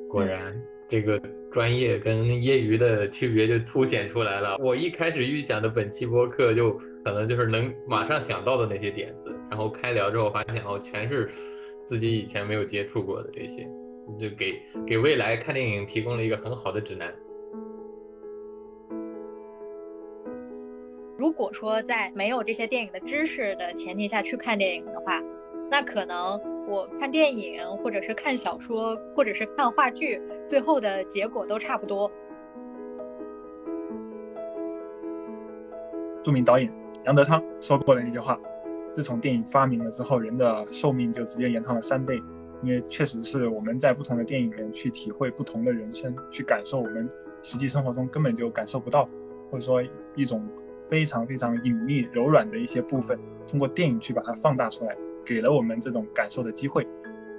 果然，这个专业跟业余的区别就凸显出来了。我一开始预想的本期播客就可能就是能马上想到的那些点子，然后开聊之后发现哦，全是自己以前没有接触过的这些，就给未来看电影提供了一个很好的指南。 如果说在没有这些电影的知识的前提下去看电影的话，那可能我看电影或者是看小说或者是看话剧，最后的结果都差不多。 著名导演杨德昌说过的一句话：自从电影发明了之后，人的寿命就直接延长了3倍。因为确实是我们在不同的电影里面去体会不同的人生，去感受我们实际生活中根本就感受不到，或者说一种非常非常隐秘柔软的一些部分，通过电影去把它放大出来，给了我们这种感受的机会。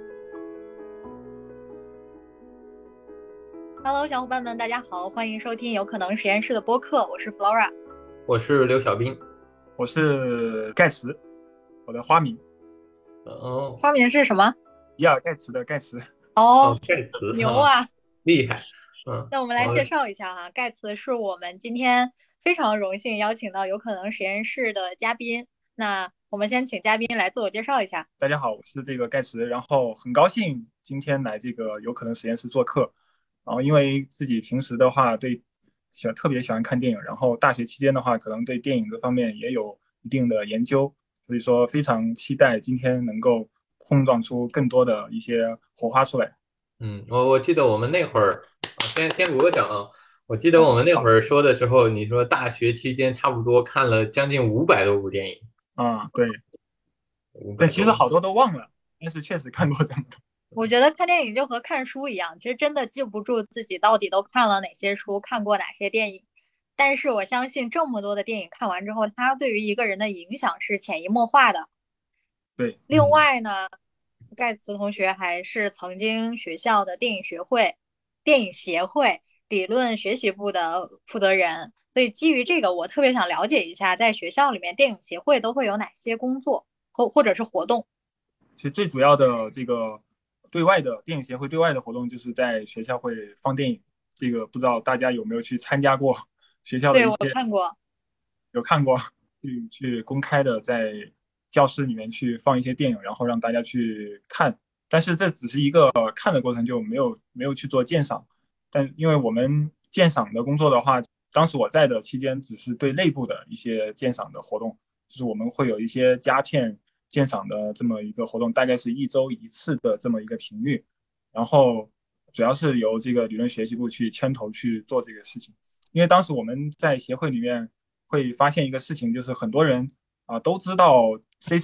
Hello，小伙伴们，大家好，欢迎收听有可能实验室的播客，我是 Flora。 我是刘小兵。 我是盖茨，我的花名哦花名是什么？ 比尔盖茨的盖茨。 哦， 哦，盖茨哈， 牛啊！ 厉害。 那我们来好介绍一下哈，盖茨是我们今天非常荣幸邀请到有可能实验室的嘉宾。那我们先请嘉宾来自我介绍一下。 大家好，我是这个盖茨，然后很高兴今天来这个有可能实验室做客。然后因为自己平时的话特别喜欢看电影，然后大学期间的话可能对电影这方面也有一定的研究，所以说非常期待今天能够碰撞出更多的一些火花出来。 我记得我们那会儿先鼓个掌啊。我记得我们那好。 会儿说的时候，你说大学期间差不多看了将近500多部电影， 对，但五百多部。 其实好多都忘了，但是确实看过这么多。 我觉得看电影就和看书一样，其实真的记不住自己到底都看了哪些书，看过哪些电影。但是我相信这么多的电影看完之后，它对于一个人的影响是潜移默化的。 对。 另外呢，盖茨同学还是曾经学校的电影协会理论学习部的负责人，所以基于这个，我特别想了解一下，在学校里面电影协会都会有哪些工作或者是活动。 其实最主要的这个对外的电影协会对外的活动就是在学校会放电影，这个不知道大家有没有去参加过学校的对，我一些看过。 有看过去公开的在教室里面去放一些电影，然后让大家去看。但是这只是一个看的过程，就没有去做鉴赏。但因为我们鉴赏的工作的话，当时我在的期间只是对内部的一些鉴赏的活动，就是我们会有一些佳片鉴赏的这么一个活动，大概是1周1次的这么一个频率。然后主要是由这个理论学习部去牵头去做这个事情。因为当时我们在协会里面会发现一个事情，就是很多人都知道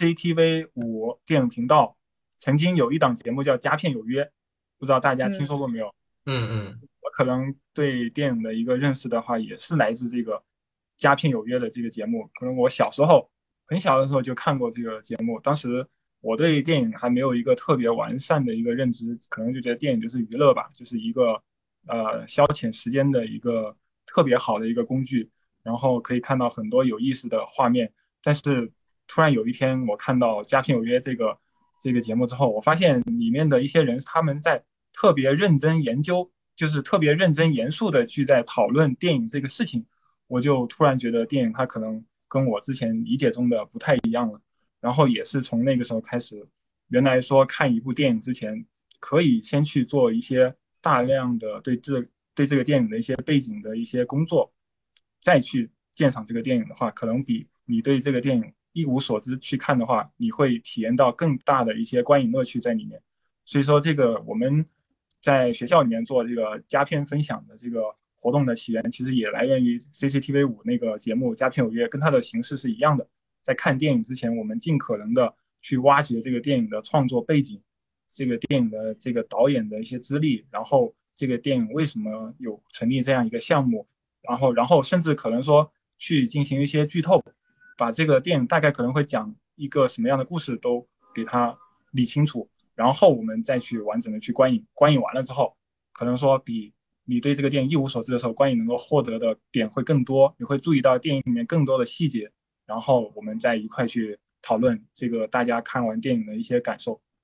CCTV5电影频道曾经有一档节目叫《佳片有约》，不知道大家听嗯。 说过没有？ 嗯我可能对电影的一个认识的话，也是来自这个《佳片有约》的这个节目。可能我小时候很小的时候就看过这个节目，当时我对电影还没有一个特别完善的一个认知，可能就觉得电影就是娱乐吧，就是一个消遣时间的一个特别好的一个工具，然后可以看到很多有意思的画面。但是突然有一天，我看到《佳片有约》这个节目之后，我发现里面的一些人他们在特别认真研究，就是特别认真严肃的去在讨论电影这个事情，我就突然觉得电影它可能跟我之前理解中的不太一样了。然后也是从那个时候开始，原来说看一部电影之前，可以先去做一些大量的对这个电影的一些背景的一些工作，再去鉴赏这个电影的话，可能比你对这个电影一无所知去看的话，你会体验到更大的一些观影乐趣在里面。所以说，这个我们在学校里面做这个佳片分享的这个活动的起源，其实也来源于 CCTV5那个节目《佳片有约》，跟它的形式是一样的。在看电影之前，我们尽可能的去挖掘这个电影的创作背景，这个电影的这个导演的一些资历，然后这个电影为什么有成立这样一个项目，然后甚至可能说去进行一些剧透，把这个电影大概可能会讲一个什么样的故事都给它理清楚，然后我们再去完整的去观影。观影完了之后，可能说比你对这个电影一无所知的时候，观影能够获得的点会更多，你会注意到电影里面更多的细节，然后我们再一块去讨论这个大家看完电影的一些感受。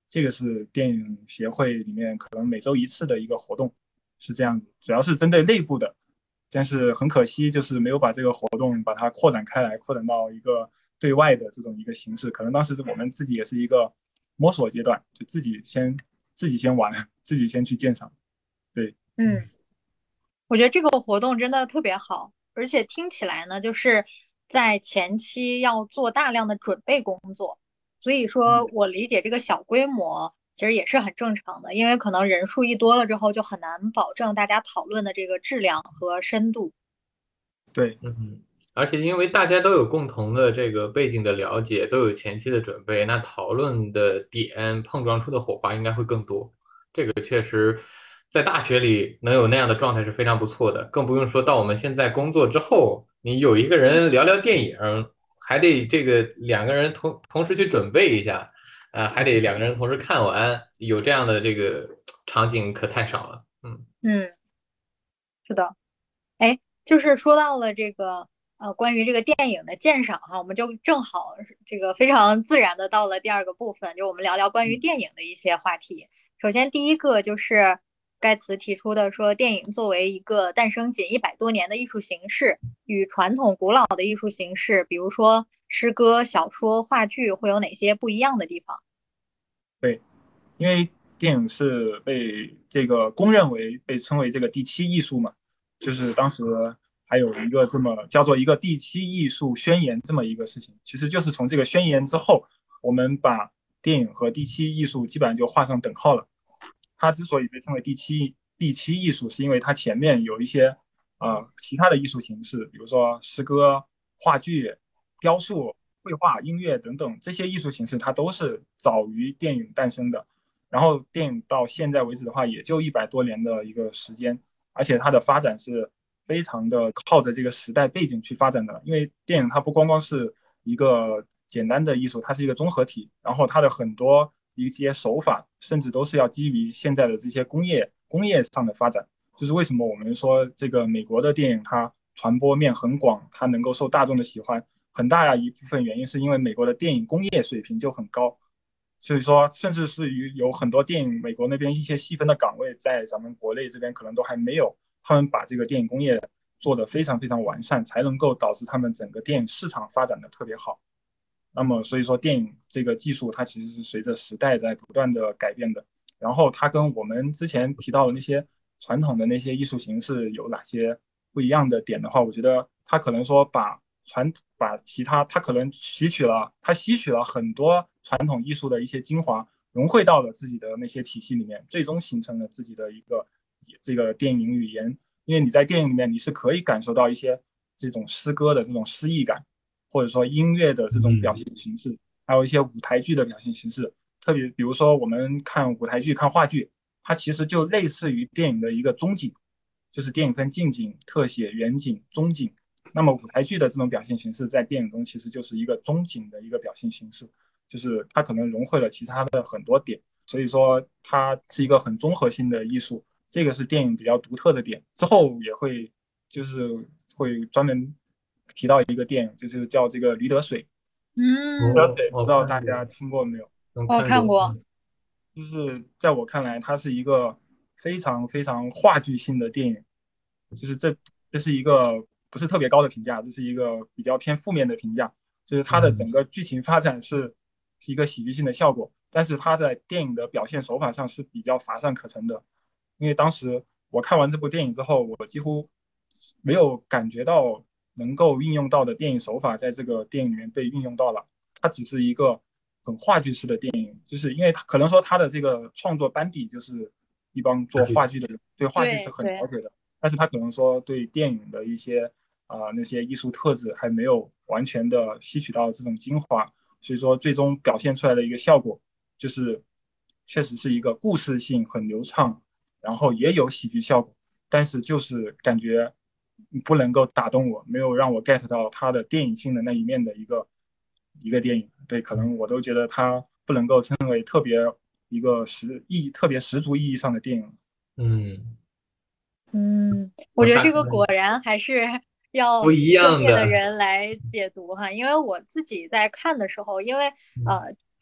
这个是电影协会里面可能每周一次的一个活动，是这样子，主要是针对内部的。但是很可惜，就是没有把这个活动把它扩展开来，扩展到一个对外的这种一个形式。可能当时我们自己也是一个摸索阶段，就自己先玩，自己先去鉴赏。对， 嗯，我觉得这个活动真的特别好，而且听起来呢，就是在前期要做大量的准备工作，所以说嗯， 我理解这个小规模其实也是很正常的，因为可能人数一多了之后，就很难保证大家讨论的这个质量和深度。 对， 嗯，而且因为大家都有共同的这个背景的了解，都有前期的准备，那讨论的点碰撞出的火花应该会更多。这个确实在大学里能有那样的状态是非常不错的，更不用说到我们现在工作之后，你有一个人聊聊电影，还得这个两个人同时去准备一下，还得两个人同时看完，有这样的这个场景可太少了。嗯。 嗯，是的。哎，就是说到了这个关于这个电影的鉴赏哈，我们就正好这个非常自然的到了第二个部分，就我们聊聊关于电影的一些话题。首先第一个就是盖茨提出的说，电影作为一个诞生仅100多年的艺术形式，与传统古老的艺术形式，比如说诗歌、小说、话剧，会有哪些不一样的地方？ 对，因为电影是被这个公认为被称为这个第七艺术嘛，就是当时还有一个这么叫做一个第七艺术宣言这么一个事情，其实就是从这个宣言之后，我们把电影和第七艺术基本上就画上等号了。它之所以被称为第七艺术，是因为它前面有一些其他的艺术形式，比如说诗歌、话剧、雕塑、绘画、音乐等等这些艺术形式，它都是早于电影诞生的。然后电影到现在为止的话，也就100多年的一个时间，而且它的发展是非常的靠着这个时代背景去发展的。因为电影它不光光是一个简单的艺术，它是一个综合体，然后它的很多一些手法，甚至都是要基于现在的这些工业上的发展。就是为什么我们说这个美国的电影它传播面很广，它能够受大众的喜欢，很大一部分原因是因为美国的电影工业水平就很高。所以说，甚至是于有很多电影，美国那边一些细分的岗位，在咱们国内这边可能都还没有，他们把这个电影工业做得非常非常完善，才能够导致他们整个电影市场发展的特别好。那么，所以说电影这个技术它其实是随着时代在不断的改变的。然后它跟我们之前提到的那些传统的那些艺术形式有哪些不一样的点的话，我觉得它可能说把其他它可能吸取了很多传统艺术的一些精华，融汇到了自己的那些体系里面，最终形成了自己的一个这个电影语言。因为你在电影里面你是可以感受到一些这种诗歌的这种诗意感，或者说音乐的这种表嗯。 现形式，还有一些舞台剧的表现形式。特别比如说我们看舞台剧、看话剧，它其实就类似于电影的一个中景，就是电影分近景、特写、远景、中景。那么舞台剧的这种表现形式，在电影中其实就是一个中景的一个表现形式，就是它可能融汇了其他的很多点，所以说它是一个很综合性的艺术，这个是电影比较独特的点。之后也会就是会专门提到一个电影，就是叫这个《驴得水》。驴得嗯， 水不我知道大家看过， 听过没有？ 我看过。 看过。 就是在我看来，它是一个非常非常话剧性的电影，就是这是一个不是特别高的评价，这是一个比较偏负面的评价。就是它的整嗯。 个剧情发展是一个喜剧性的效果，但是它在电影的表现手法上是比较乏善可陈的。因为当时我看完这部电影之后，我几乎没有感觉到能够运用到的电影手法在这个电影里面被运用到了，它只是一个很话剧式的电影。就是因为他可能说他的这个创作班底就是一帮做话剧的人，对话剧是对对。 很了解的，但是他可能说对电影的一些那些艺术特质还没有完全的吸取到这种精华，所以说最终表现出来的一个效果就是确实是一个故事性很流畅，然后也有喜剧效果，但是就是感觉不能够打动我，没有让我 get 到他的电影性的那一面的一个电影。对，可能我都觉得它不能够称为特别一个特别十足意义上的电影。 嗯， 嗯，我我觉得大概这个果然还是要不一专业的样的。 人来解读哈，因为我自己在看的时候，因为嗯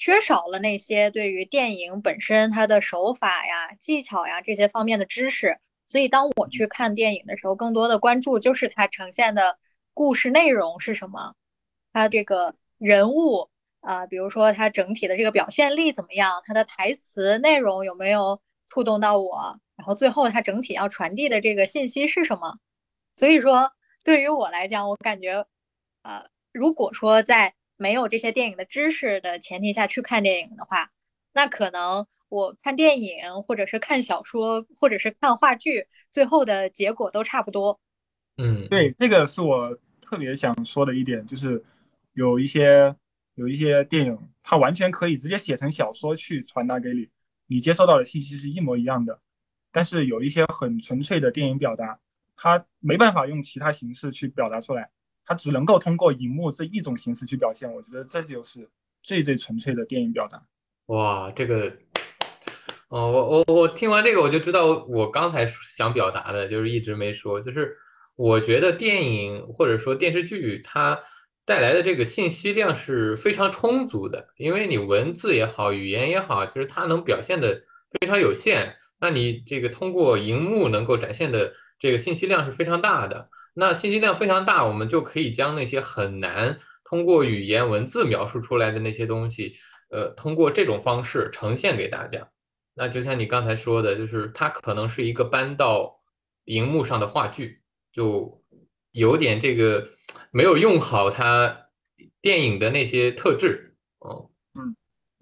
缺少了那些对于电影本身它的手法呀、技巧呀这些方面的知识。所以当我去看电影的时候，更多的关注就是它呈现的故事内容是什么，它这个人物比如说它整体的这个表现力怎么样，它的台词内容有没有触动到我，然后最后它整体要传递的这个信息是什么。所以说，对于我来讲，我感觉，如果说在没有这些电影的知识的前提下去看电影的话，那可能我看电影或者是看小说或者是看话剧，最后的结果都差不多。 嗯对，这个是我特别想说的一点，就是有一些有一些电影，它完全可以直接写成小说去传达给你，你接收到的信息是一模一样的。但是有一些很纯粹的电影表达，它没办法用其他形式去表达出来，它只能够通过荧幕这一种形式去表现。我觉得这就是最最纯粹的电影表达。 哇，这个，哦，我听完这个我就知道我刚才想表达的，就是一直没说，就是我觉得电影或者说电视剧它带来的这个信息量是非常充足的，因为你文字也好，语言也好，其实它能表现的非常有限，那你这个通过荧幕能够展现的这个信息量是非常大的。那信息量非常大，我们就可以将那些很难通过语言文字描述出来的那些东西。通过这种方式呈现给大家。那就像你刚才说的，就是它可能是一个搬到荧幕上的话剧，就有点这个没有用好它电影的那些特质。哦， 嗯。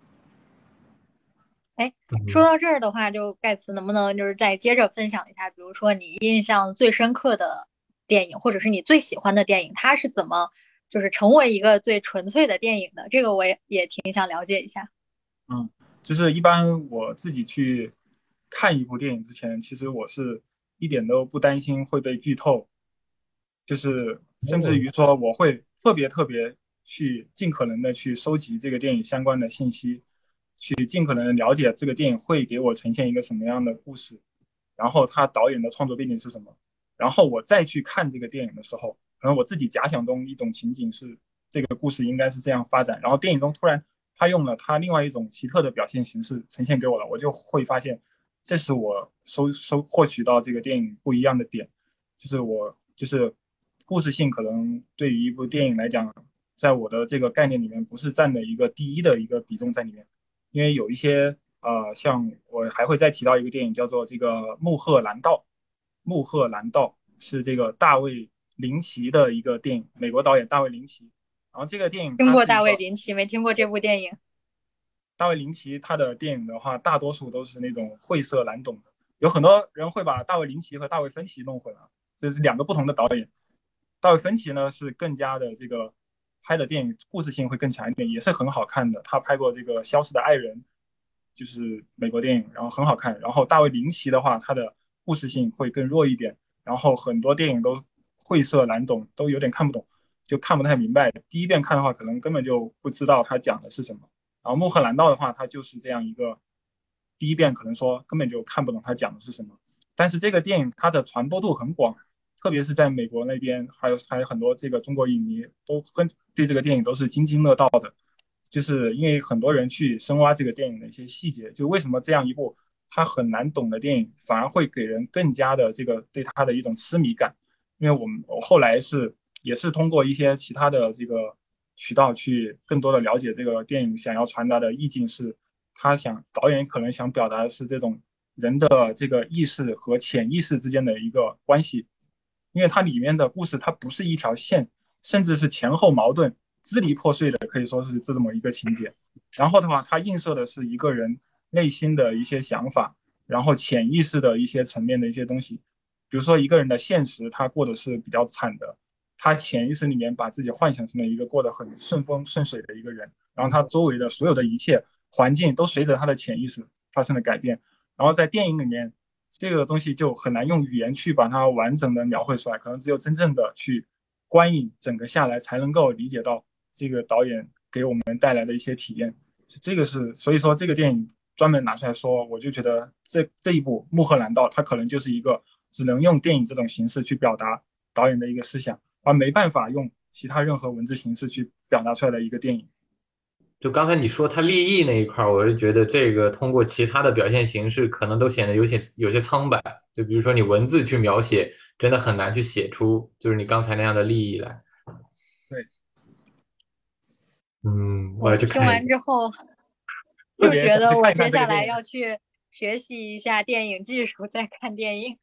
哎，说嗯。 到这儿的话，就盖茨能不能就是再接着分享一下，比如说你印象最深刻的电影，或者是你最喜欢的电影，它是怎么就是成为一个最纯粹的电影的？这个我也挺想了解一下。 嗯，就是一般我自己去看一部电影之前，其实我是一点都不担心会被剧透，就是甚至哦， 于说我会特别去尽可能的去收集这个电影相关的信息，去尽可能的了解这个电影会给我呈现一个什么样的故事，然后他导演的创作背景是什么，然后我再去看这个电影的时候，可能我自己假想中一种情景是这个故事应该是这样发展，然后电影中突然他用了他另外一种奇特的表现形式呈现给我了，我就会发现这是我获取到这个电影不一样的点，就是故事性可能对于一部电影来讲，在我的这个概念里面不是占的一个第一的一个比重在里面，因为有一些像我还会再提到一个电影叫做这个《穆赫兰道》，穆赫兰道是这个大卫林奇的一个电影，美国导演大卫林奇。然后这个电影听过大卫它是一个林奇，没听过这部电影。 大卫林奇他的电影的话，大多数都是那种晦涩难懂的，有很多人会把大卫林奇和大卫芬奇弄混了，这是两个不同的导演。大卫芬奇呢是更加的这个拍的电影故事性会更强一点，也是很好看的。他拍过这个《消失的爱人》，就是美国电影，然后很好看。然后大卫林奇的话，他的故事性会更弱一点，然后很多电影都晦涩难懂，都有点看不懂，就看不太明白。第一遍看的话，可能根本就不知道他讲的是什么。然后穆赫兰道的话，它就是这样一个，第一遍可能说根本就看不懂他讲的是什么，但是这个电影它的传播度很广，特别是在美国那边，还有很多这个中国影迷都对这个电影都是津津乐道的，就是因为很多人去深挖这个电影的一些细节，就为什么这样一部它很难懂的电影，反而会给人更加的这个对它的一种痴迷感，因为我后来也是通过一些其他的这个渠道去更多的了解这个电影想要传达的意境是，导演可能想表达的是这种人的这个意识和潜意识之间的一个关系，因为它里面的故事它不是一条线，甚至是前后矛盾、支离破碎的，可以说是这么一个情节。然后的话，它映射的是一个人内心的一些想法，然后潜意识的一些层面的一些东西。比如说一个人的现实，他过得是比较惨的，他潜意识里面把自己幻想成了一个过得很顺风顺水的一个人，然后他周围的所有的一切环境都随着他的潜意识发生了改变。然后在电影里面，这个东西就很难用语言去把它完整的描绘出来，可能只有真正的去观影整个下来，才能够理解到这个导演给我们带来的一些体验。这个是，所以说这个电影专门拿出来说，我就觉得这一部《穆赫兰道》，它可能就是一个只能用电影这种形式去表达导演的一个思想，而没办法用其他任何文字形式去表达出来的一个电影。 就刚才你说他立意那一块儿，我就觉得这个通过其他的表现形式，可能都显得有些苍白。就比如说你文字去描写，真的很难去写出就是你刚才那样的立意来。 对， 嗯，我要我听去看一看。 完之后特就别想去觉得我看一看接下来这个电影。 要去学习一下电影技术，再看电影。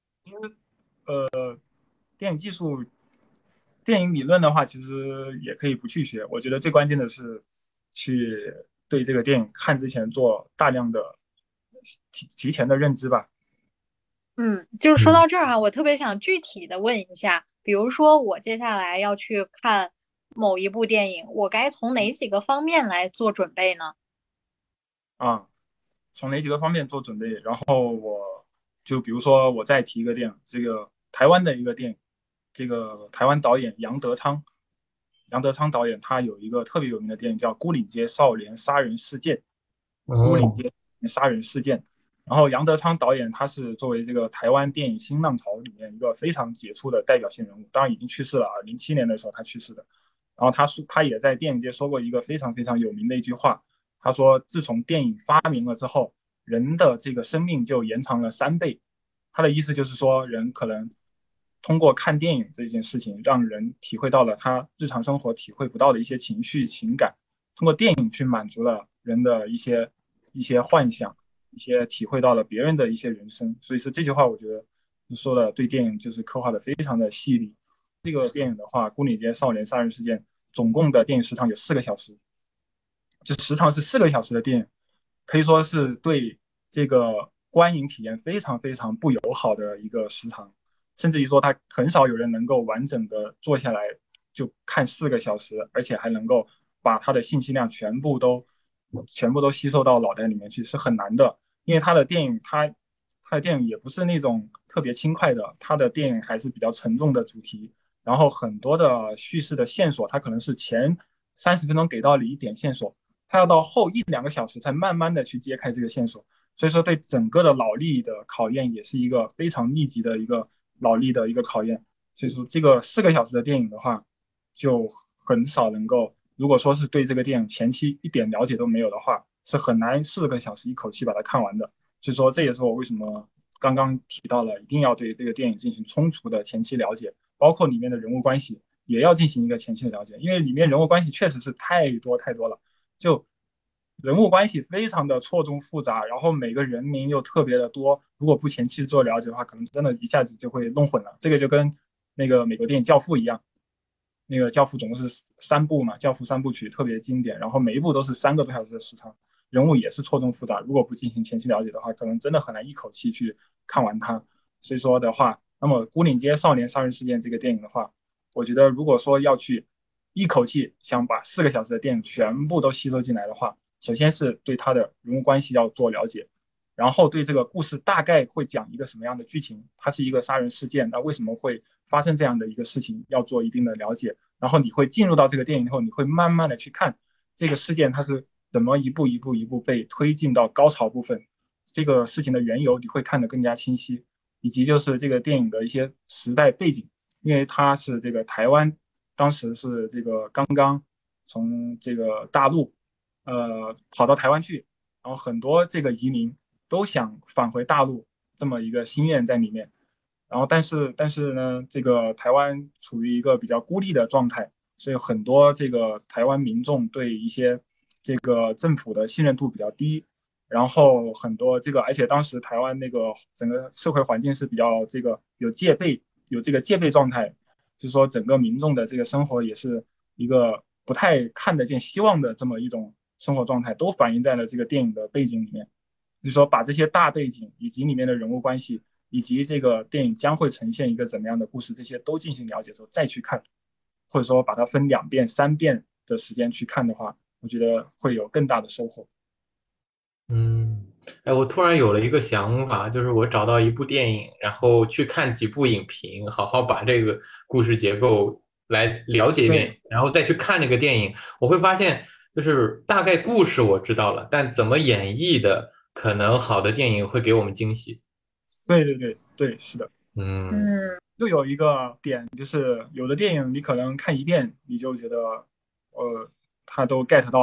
电影技术、电影理论的话，其实也可以不去学。我觉得最关键的是去对这个电影看之前做大量的提前的认知吧。 就是说嗯。 到这儿啊，我特别想具体的问一下，比如说我接下来要去看某一部电影，我该从哪几个方面来做准备呢？ 啊，从哪几个方面做准备？然后我就比如说我再提一个电影，这个台湾的一个电影，这个台湾导演杨德昌导演他有一个特别有名的电影叫《牯岭街少年杀人事件》。牯岭哦。 街杀人事件。然后杨德昌导演他是作为这个台湾电影新浪潮里面一个非常杰出的代表性人物，当然已经去世了啊，07年的时候他去世的。然后他也在电影界说过一个非常非常有名的一句话，他说自从电影发明了之后，人的这个生命就延长了3倍。他的意思就是说，人可能通过看电影这件事情，让人体会到了他日常生活体会不到的一些情绪情感，通过电影去满足了人的一些幻想，一些体会到了别人的一些人生。所以说这句话，我觉得说的对电影就是刻画的非常的细腻。这个电影的话，《牯岭街少年杀人事件》总共的电影时长有4个小时，就时长是4个小时的电影，可以说是对这个观影体验非常非常不友好的一个时长，甚至于说他很少有人能够完整的坐下来就看4个小时，而且还能够把他的信息量全部都吸收到脑袋里面去，是很难的。因为他的电影也不是那种特别轻快的，他的电影还是比较沉重的主题，然后很多的叙事的线索，它可能是前30分钟给到你一点线索，他要到后1、2个小时才慢慢的去揭开这个线索，所以说对整个的脑力的考验也是一个非常密集的一个脑力的一个考验。所以说这个4个小时的电影的话，就很少能够，如果说是对这个电影前期一点了解都没有的话，是很难4个小时一口气把它看完的。所以说这也是我为什么刚刚提到了一定要对这个电影进行充足的前期了解，包括里面的人物关系也要进行一个前期的了解，因为里面人物关系确实是太多太多了。就人物关系非常的错综复杂，然后每个人名又特别的多，如果不前期做了解的话，可能真的一下子就会弄混了。这个就跟那个美国电影《教父》一样，那个《教父》总共是3部嘛，《教父》3部曲特别经典，然后每一部都是3个多小时的时长，人物也是错综复杂，如果不进行前期了解的话，可能真的很难一口气去看完它。所以说的话，那么《牯岭街少年杀人事件》这个电影的话，我觉得如果说要去一口气想把4个小时的电影全部都吸收进来的话，首先是对他的人物关系要做了解，然后对这个故事大概会讲一个什么样的剧情，它是一个杀人事件，那为什么会发生这样的一个事情，要做一定的了解，然后你会进入到这个电影以后，你会慢慢的去看这个事件它是怎么一步一步一步被推进到高潮部分，这个事情的缘由你会看得更加清晰，以及就是这个电影的一些时代背景，因为它是这个台湾当时是这个刚刚从这个大陆跑到台湾去，然后很多这个移民都想返回大陆这么一个心愿在里面。然后但是呢，这个台湾处于一个比较孤立的状态，所以很多这个台湾民众对一些这个政府的信任度比较低，然后很多这个，而且当时台湾那个整个社会环境是比较这个有这个戒备状态，就是说整个民众的这个生活也是一个不太看得见希望的这么一种生活状态，都反映在了这个电影的背景里面。就是说把这些大背景以及里面的人物关系，以及这个电影将会呈现一个怎么样的故事，这些都进行了解之后再去看，或者说把它分2遍、3遍的时间去看的话，我觉得会有更大的收获。 嗯。哎，我突然有了一个想法，就是我找到一部电影，然后去看几部影评，好好把这个故事结构来了解一对遍，然后再去看那个电影，我会发现，就是大概故事我知道了，但怎么演绎的，可能好的电影会给我们惊喜。 对对对对，是的。 嗯。 嗯， 又有一个点就是，有的电影你可能看1遍你就觉得，它都 get 到了，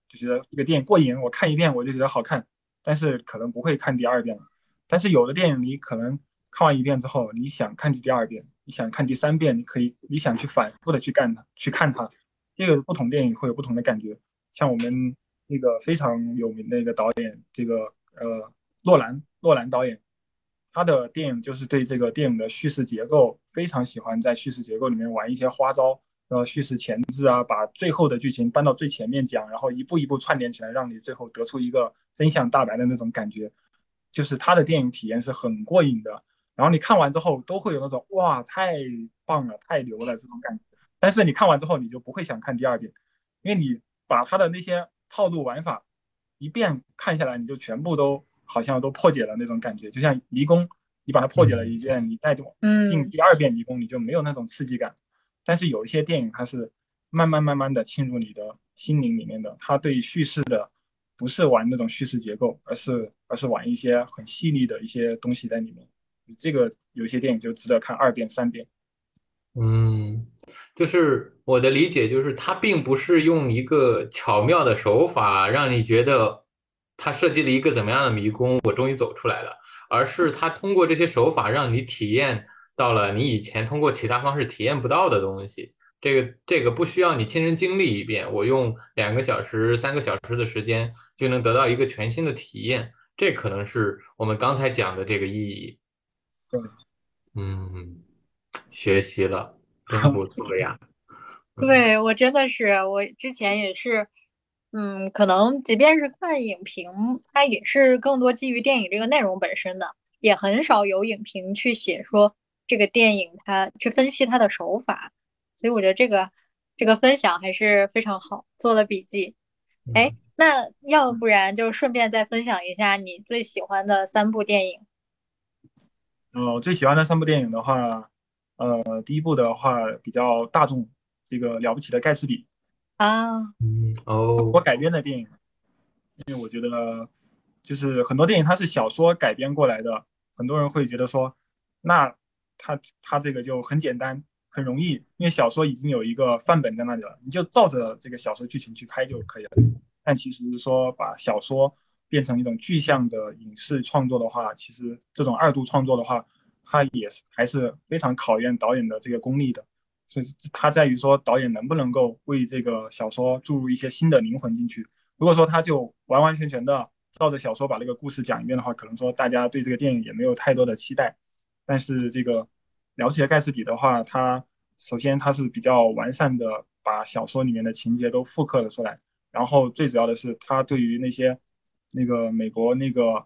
就觉得这个电影过瘾，我看一遍我就觉得好看，但是可能不会看第二遍了。但是有的电影你可能看完一遍之后，你想看第二遍，你想看第三遍，你想去反复的去看它，这个不同电影会有不同的感觉。像我们那个非常有名的一个导演，这个诺兰导演，他的电影就是对这个电影的叙事结构非常喜欢，在叙事结构里面玩一些花招，叙事前置啊，把最后的剧情搬到最前面讲，然后一步一步串联起来，让你最后得出一个真相大白的那种感觉，就是他的电影体验是很过瘾的。然后你看完之后都会有那种哇太棒了，太牛了这种感觉。但是你看完之后你就不会想看第二遍，因为你把他的那些套路玩法一遍看下来，你就全部都好像都破解了那种感觉，就像迷宫，你把它破解了一遍，你再进嗯。 第二遍迷宫，你就没有那种刺激感。但是有一些电影它是慢慢的侵入你的心灵里面的，它对叙事的不是玩那种叙事结构，而是玩一些很细腻的一些东西在里面。这个有些电影就值得看二遍三遍。 嗯，就是我的理解，就是它并不是用一个巧妙的手法让你觉得它设计了一个怎么样的迷宫，我终于走出来了，而是它通过这些手法让你体验到了你以前通过其他方式体验不到的东西。这个不需要你亲身经历一遍，我用2个小时、3个小时的时间就能得到一个全新的体验，这可能是我们刚才讲的这个意义。 对， 嗯，学习了，真不错呀。嗯对，我真的是，我之前也是，可能即便是看影评，它也是更多基于电影这个内容本身的，也很少有影评去写说这个电影它去分析它的手法，所以我觉得这个分享还是非常好，做了笔记。哎， 嗯。 那要不然就顺便再分享一下你最喜欢的3部电影我最喜欢的三部电影的话，第一部的话比较大众，这个《了不起的盖茨比》， 啊。 嗯哦， 我改编的电影，因为我觉得就是很多电影它是小说改编过来的，很多人会觉得说，那它这个就很简单，很容易，因为小说已经有一个范本在那里了，你就照着这个小说剧情去拍就可以了。但其实说把小说变成一种具象的影视创作的话，其实这种二度创作的话，它也是还是非常考验导演的这个功力的。所以它在于说导演能不能够为这个小说注入一些新的灵魂进去。如果说他就完完全全的照着小说把这个故事讲一遍的话，可能说大家对这个电影也没有太多的期待。但是这个了不起的盖茨比的话，它首先它是比较完善的把小说里面的情节都复刻了出来，然后最主要的是它对于那个美国那个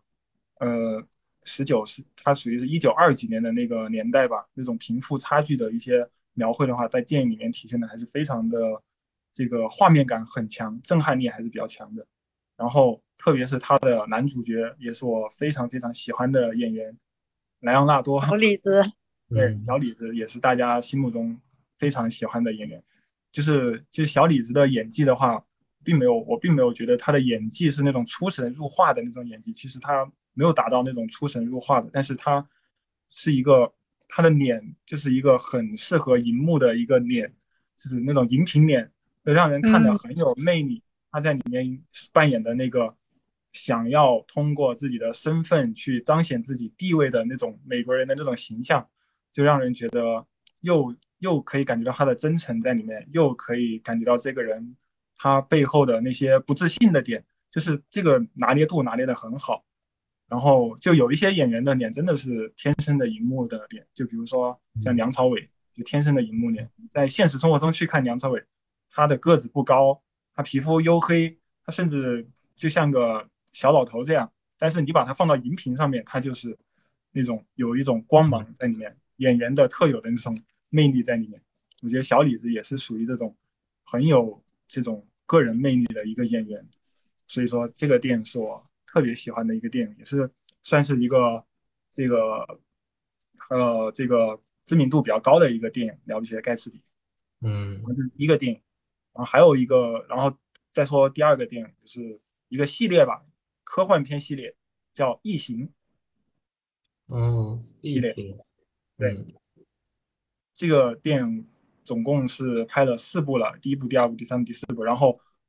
它属于是1920几年的那个年代吧，那种贫富差距的一些描绘的话，在电影里面体现的还是非常的这个画面感很强，震撼力还是比较强的。然后特别是他的男主角也是我非常非常喜欢的演员莱昂纳多， 小李子。 对， 嗯小李子也是大家心目中非常喜欢的演员。就是小李子的演技的话，我并没有觉得他的演技是那种出神入化的那种演技，其实他没有达到那种出神入化的，但是他是一个他的脸就是一个很适合荧幕的一个脸，就是那种荧屏脸，会让人看的嗯。 很有魅力。他在里面扮演的那个想要通过自己的身份去彰显自己地位的那种美国人的那种形象。就让人觉得又可以感觉到他的真诚在里面，又可以感觉到这个人他背后的那些不自信的点，就是这个拿捏度拿捏的很好。然后就有一些演员的脸真的是天生的荧幕的脸，就比如说像嗯梁朝伟，就天生的荧幕脸。在现实生活中去看梁朝伟，他的个子不高，他皮肤黝黑，他甚至就像个小老头这样。但是你把它放到荧屏上面，它就是那种有一种光嗯芒在里面，演员的特有的那种魅力在里面。我觉得小李子也是属于这种很有这种个人魅力的一个演员，所以说这个电影是我特别喜欢的一个电影，也是算是一个这个这个知名度比较高的一个电影，《了不起的盖茨比》。 嗯这是一个电影，然后还有一个，然后再说第二个电影，就是一个系列吧，科幻片系列，叫《异形》 哦， 系列。 异形， 对， 嗯这个电影总共是拍了4部了，第一部、第二部、第三部、第四部，然后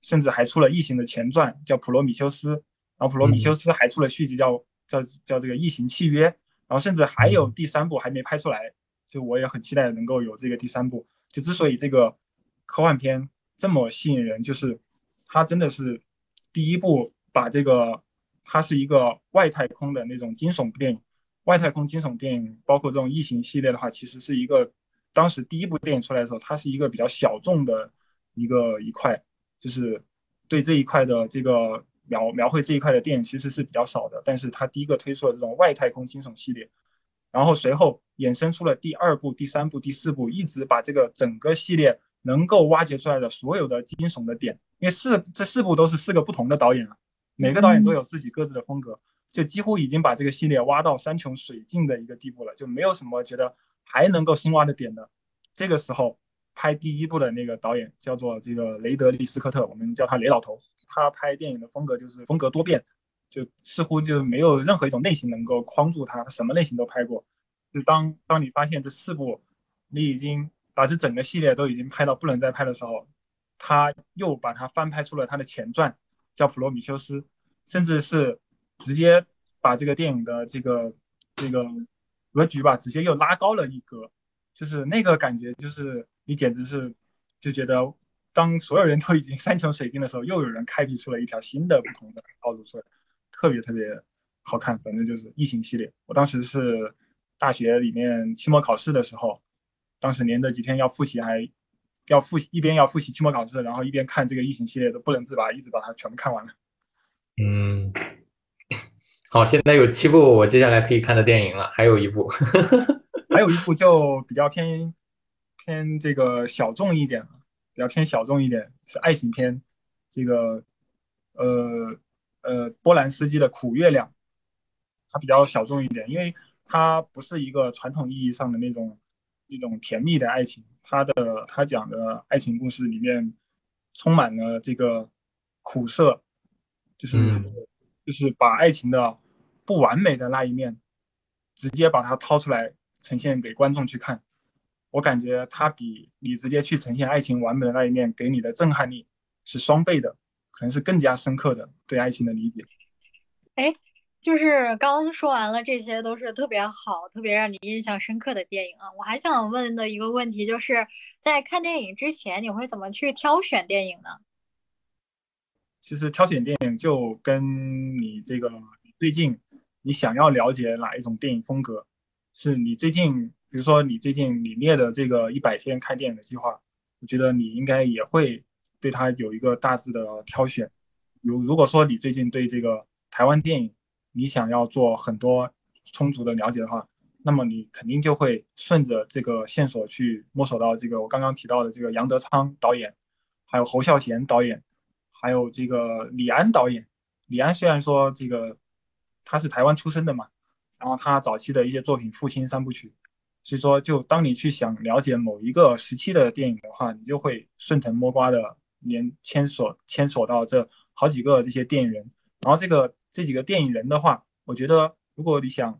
甚至还出了《异形》的前传叫《普罗米修斯》，然后《普罗米修嗯斯》还出了续集叫这个《异形契约》，然后甚至还有嗯第三部还没拍出来，就我也很期待能够有这个第三部。就之所以这个科幻片这么吸引人，就是它真的是第一部把这个，它是一个外太空的那种惊悚电影，外太空惊悚电影，包括这种异形系列的话，其实是一个当时第一部电影出来的时候，它是一个比较小众的一块，就是对这一块的这个描绘这一块的电影其实是比较少的，但是它第一个推出了这种外太空惊悚系列，然后随后衍生出了第二部、第三部、第四部，一直把这个整个系列能够挖掘出来的所有的惊悚的点，因为这四部都是四个不同的导演啊，每个导演都嗯有自己各自的风格，就几乎已经把这个系列挖到山穷水尽的一个地步了，就没有什么觉得还能够深挖的点的。这个时候拍第一部的那个导演叫做这个雷德利·斯科特，我们叫他雷老头，他拍电影的风格就是风格多变，就似乎就没有任何一种类型能够框住他，他什么类型都拍过。就当你发现这四部你已经把这整个系列都已经拍到不能再拍的时候，他又把它翻拍出了他的前传，叫《普罗米修斯》，甚至是直接把这个电影的这个格局吧，直接又拉高了一格，就是那个感觉，就是你简直是就觉得，当所有人都已经山穷水尽的时候，又有人开辟出了一条新的不同的道路出来，特别特别好看。反正就是异形系列，我当时是大学里面期末考试的时候，当时连着几天要复习，还要复习，一边要复习期末考试，然后一边看这个异形系列，都不能自拔，一直把它全部看完了。 嗯，好，现在有7部我接下来可以看的电影了，还有一部。 还有一部就比较偏这个小众一点了，比较偏小众一点，是爱情片，这个呃波兰斯基的《苦月亮》，它比较小众一点，因为它不是一个传统意义上的那种甜蜜的爱情，它讲的爱情故事里面充满了这个苦涩，就是嗯就是把爱情的不完美的那一面直接把它掏出来呈现给观众去看。我感觉它比你直接去呈现爱情完美的那一面给你的震撼力是双倍的，可能是更加深刻的对爱情的理解。 哎，就是刚说完了，这些都是特别好、特别让你印象深刻的电影啊。我还想问的一个问题，就是在看电影之前，你会怎么去挑选电影呢？ 其实挑选电影就跟你这个你最近你想要了解哪一种电影风格，是你最近，比如说你最近你列的这个100天看电影的计划，我觉得你应该也会对它有一个大致的挑选。如果说你最近对这个台湾电影你想要做很多充足的了解的话，那么你肯定就会顺着这个线索去摸索到这个我刚刚提到的这个杨德昌导演，还有侯孝贤导演。还有这个李安导演，李安虽然说这个他是台湾出生的嘛，然后他早期的一些作品《父亲三部曲》，所以说就当你去想了解某一个时期的电影的话，你就会顺藤摸瓜的牵索到这好几个这些电影人，然后这几个电影人的话，我觉得如果你想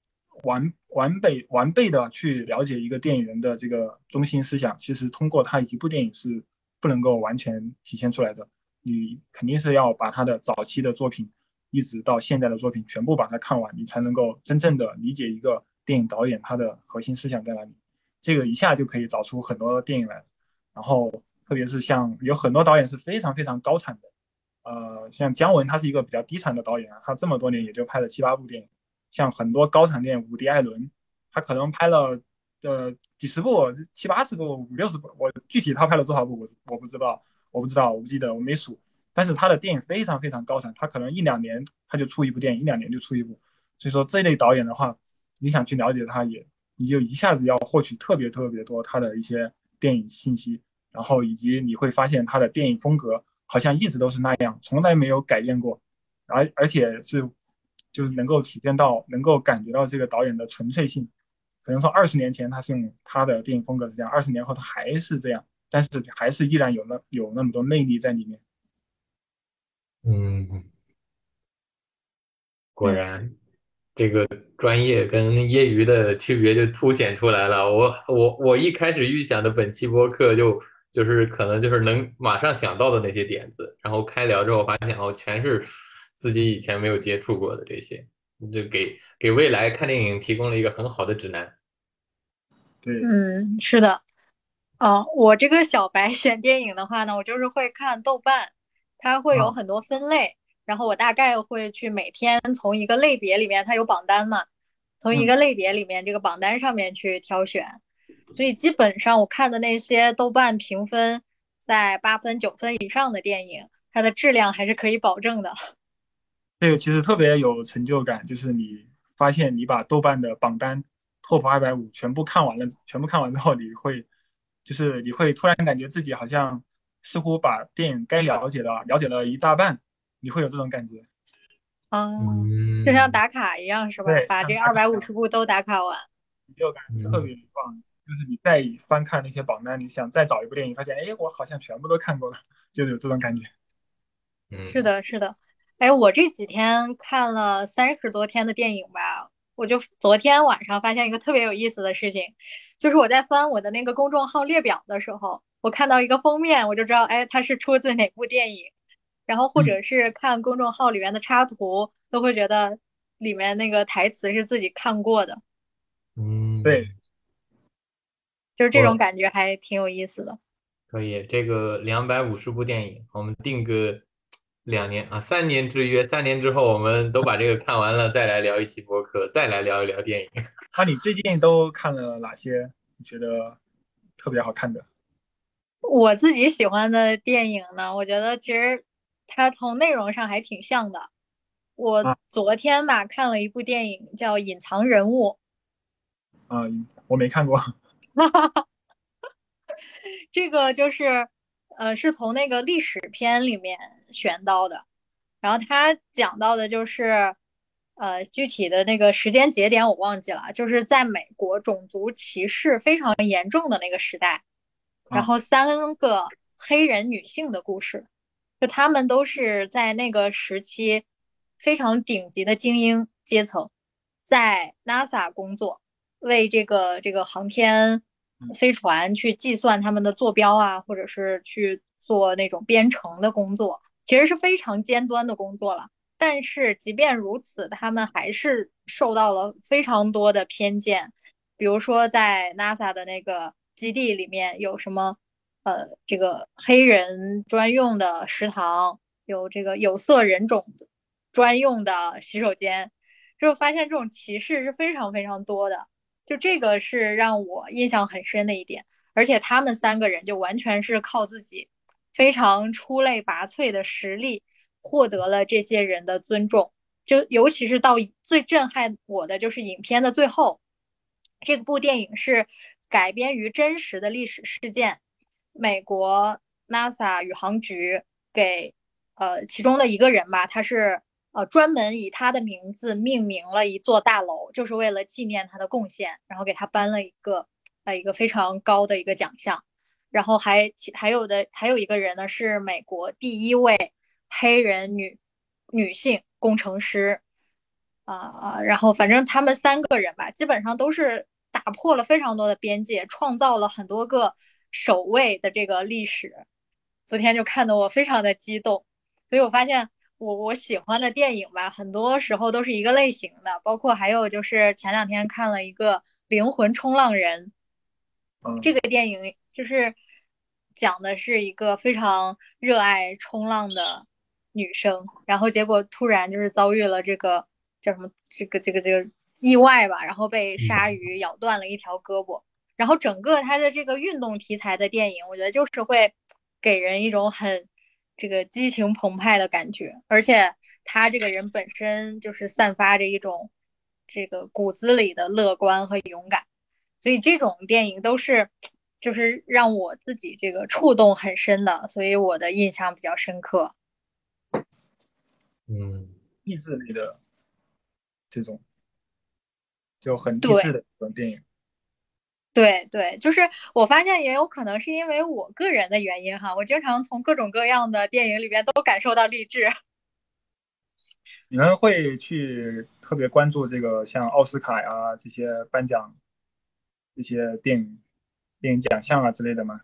完备的去了解一个电影人的这个中心思想，其实通过他一部电影是不能够完全体现出来的。你肯定是要把他的早期的作品，一直到现在的作品全部把它看完，你才能够真正的理解一个电影导演他的核心思想在哪里。这个一下就可以找出很多电影来。然后特别是像有很多导演是非常非常高产的，像姜文他是一个比较低产的导演啊，他这么多年也就拍了7、8部电影。像很多高产电影，伍迪·艾伦，他可能拍了几十部、70、80部、50、60部，我具体他拍了多少部我不知道，我不记得，我没数。但是他的电影非常非常高产，他可能1、2年他就出一部电影，1、2年就出一部。所以说这类导演的话，你想去了解他也，你就一下子要获取特别特别多他的一些电影信息，然后以及你会发现他的电影风格好像一直都是那样，从来没有改变过，而且就是能够体现到，能够感觉到这个导演的纯粹性。可能说20年前他是用他的电影风格是这样，20年后他还是这样，但是还是依然有那么多魅力在里面。 嗯，果嗯。 然，这个专业跟业余的区别就凸显出来了。我一开始预想的本期播客就就是可能就是能马上想到的那些点子，然后开聊之后发现哦，全是自己以前没有接触过的这些，就给未来看电影提供了一个很好的指南。 对嗯，是的。我这个小白选电影的话呢，我就是会看豆瓣，它会有啊， 很多分类，然后我大概会去每天从一个类别里面，它有榜单嘛，从一嗯， 个类别里面这个榜单上面去挑选，所以基本上我看的那些豆瓣评分在8分9分以上的电影，它的质量还是可以保证的。 这个其实特别有成就感，就是你发现你把豆瓣的榜单 Top 250全部看完了，全部看完之后，你会突然感觉自己好像似乎把电影该了解了一大半，你会有这种感觉。 嗯，就像嗯打卡一样是吧？ 对， 把这像打卡一样， 250部都打卡完。 成就感特嗯别棒。就是你再翻看那些榜单，你想再找一部电影，发现哎，我好像全部都看过了，就是有这种感觉。 嗯是的，是的。哎，我这几天看了30多天的电影吧，我就昨天晚上发现一个特别有意思的事情，就是我在翻我的那个公众号列表的时候，我看到一个封面，我就知道，哎，它是出自哪部电影。然后或嗯， 者是看公众号里面的插图，都会觉得里面那个台词是自己看过的， 对， 嗯， 就是这种我感觉还挺有意思的。 可以，这个250部电影，我们定个2年啊，3年之约，3年之后我们都把这个看完了，再来聊一期播客，再来聊一聊电影。 那你最近都看了哪些你觉得特别好看的？ 我自己喜欢的电影呢，我觉得其实它从内容上还挺像的。我啊昨天吧看了一部电影叫《隐藏人物》， 啊，我没看过。 这个就是是从那个历史片里面选到的，然后他讲到的就是具体的那个时间节点我忘记了，就是在美国种族歧视非常严重的那个时代，然啊后3个黑人女性的故事，就她们都是在那个时期非常顶级的精英阶层，在 NASA 工作，为这个航天嗯飞船去计算他们的坐标啊，或者是去做那种编程的工作，其实是非常尖端的工作了。但是即便如此，他们还是受到了非常多的偏见，比如说在 NASA 的那个基地里面有什么这个黑人专用的食堂，有这个有色人种专用的洗手间，就发现这种歧视是非常非常多的。就这个是让我印象很深的一点，而且他们3个人就完全是靠自己非常出类拔萃的实力获得了这些人的尊重。就尤其是到最震撼我的就是影片的最后，这部电影是改编于真实的历史事件，美国 NASA 宇航局给其中的一个人吧，他是专门以他的名字命名了一座大楼，就是为了纪念他的贡献，然后给他颁了一个非常高的一个奖项。然后还有一个人呢，是美国第一位黑人女性工程师然后反正他们3个人吧，基本上都是打破了非常多的边界，创造了很多个首位的这个历史。昨天就看得我非常的激动，所以我发现我喜欢的电影吧，很多时候都是一个类型的，包括还有就是前2天看了一个《灵魂冲浪人》，这嗯个电影就是讲的是一个非常热爱冲浪的女生，然后结果突然就是遭遇了这个叫什么这个意外吧，然后被鲨嗯鱼咬断了一条胳膊，然后整个它的这个运动题材的电影，我觉得就是会给人一种很这个激情澎湃的感觉，而且他这个人本身就是散发着一种这个骨子里的乐观和勇敢。所以这种电影都是就是让我自己这个触动很深的，所以我的印象比较深刻。 嗯。 励志类的这种，就很励志对的这种电影。 对对，就是我发现也有可能是因为我个人的原因哈，我经常从各种各样的电影里边都感受到励志。 你们会去特别关注这个像奥斯卡呀这些颁奖这些电影奖项啊之类的吗？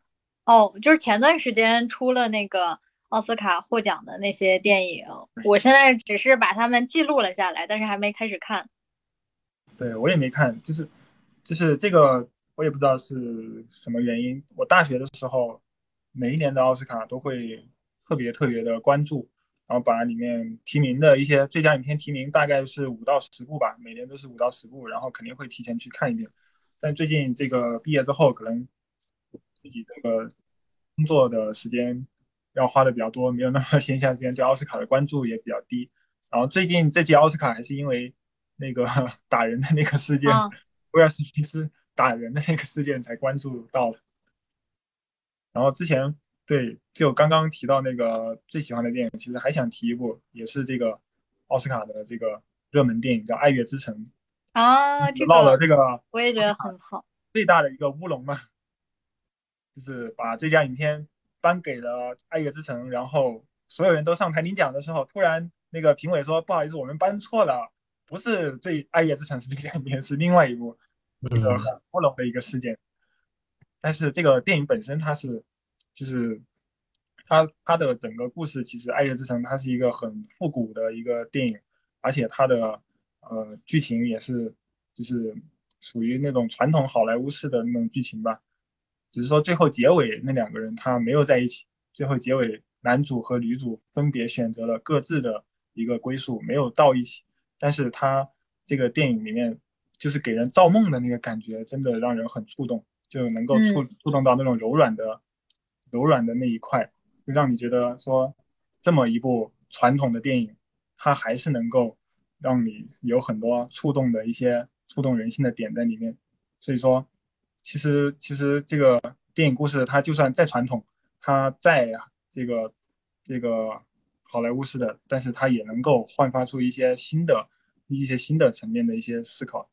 哦，就是前段时间出了那个奥斯卡获奖的那些电影，我现在只是把它们记录了下来，但是还没开始看。 对，我也没看，就是这个我也不知道是什么原因。我大学的时候，每一年的奥斯卡都会特别的关注，然后把里面提名的一些最佳影片提名大概是5到10部吧，每年都是5到10部，然后肯定会提前去看一遍。但最近这个毕业之后，可能自己这个工作的时间要花的比较多，没有那么闲暇时间，对奥斯卡的关注也比较低。然后最近这届奥斯卡还是因为那个打人的那个事件， 啊， 威尔史密斯打人的那个事件才关注到的。然后之前对，就刚刚提到那个最喜欢的电影，其实还想提一部，也是这个奥斯卡的这个热门电影，叫《爱乐之城》， 啊，这闹了个这个我也觉得奥斯卡很好。 最大的一个乌龙嘛，就是把最佳影片颁给了《爱乐之城》，然后所有人都上台领奖的时候，突然那个评委说不好意思，我们颁错了，不是《爱乐之城》是最佳影片，是另外一部，这个嗯很乌龙的一个事件。但是这个电影本身它是，就是它的整个故事，其实《爱乐之城》它是一个很复古的一个电影，而且它的剧情也是就是属于那种传统好莱坞式的那种剧情吧，只是说最后结尾那两个人他没有在一起，最后结尾男主和女主分别选择了各自的一个归宿，没有到一起，但是他这个电影里面就是给人造梦的那个感觉，真的让人很触动。就能够触嗯触动到那种柔软的那一块，就让你觉得说这么一部传统的电影，它还是能够让你有很多触动的一些触动人心的点在里面。所以说，其实这个电影故事它就算再传统，它再这个好莱坞式的，但是它也能够焕发出一些新的层面的一些思考。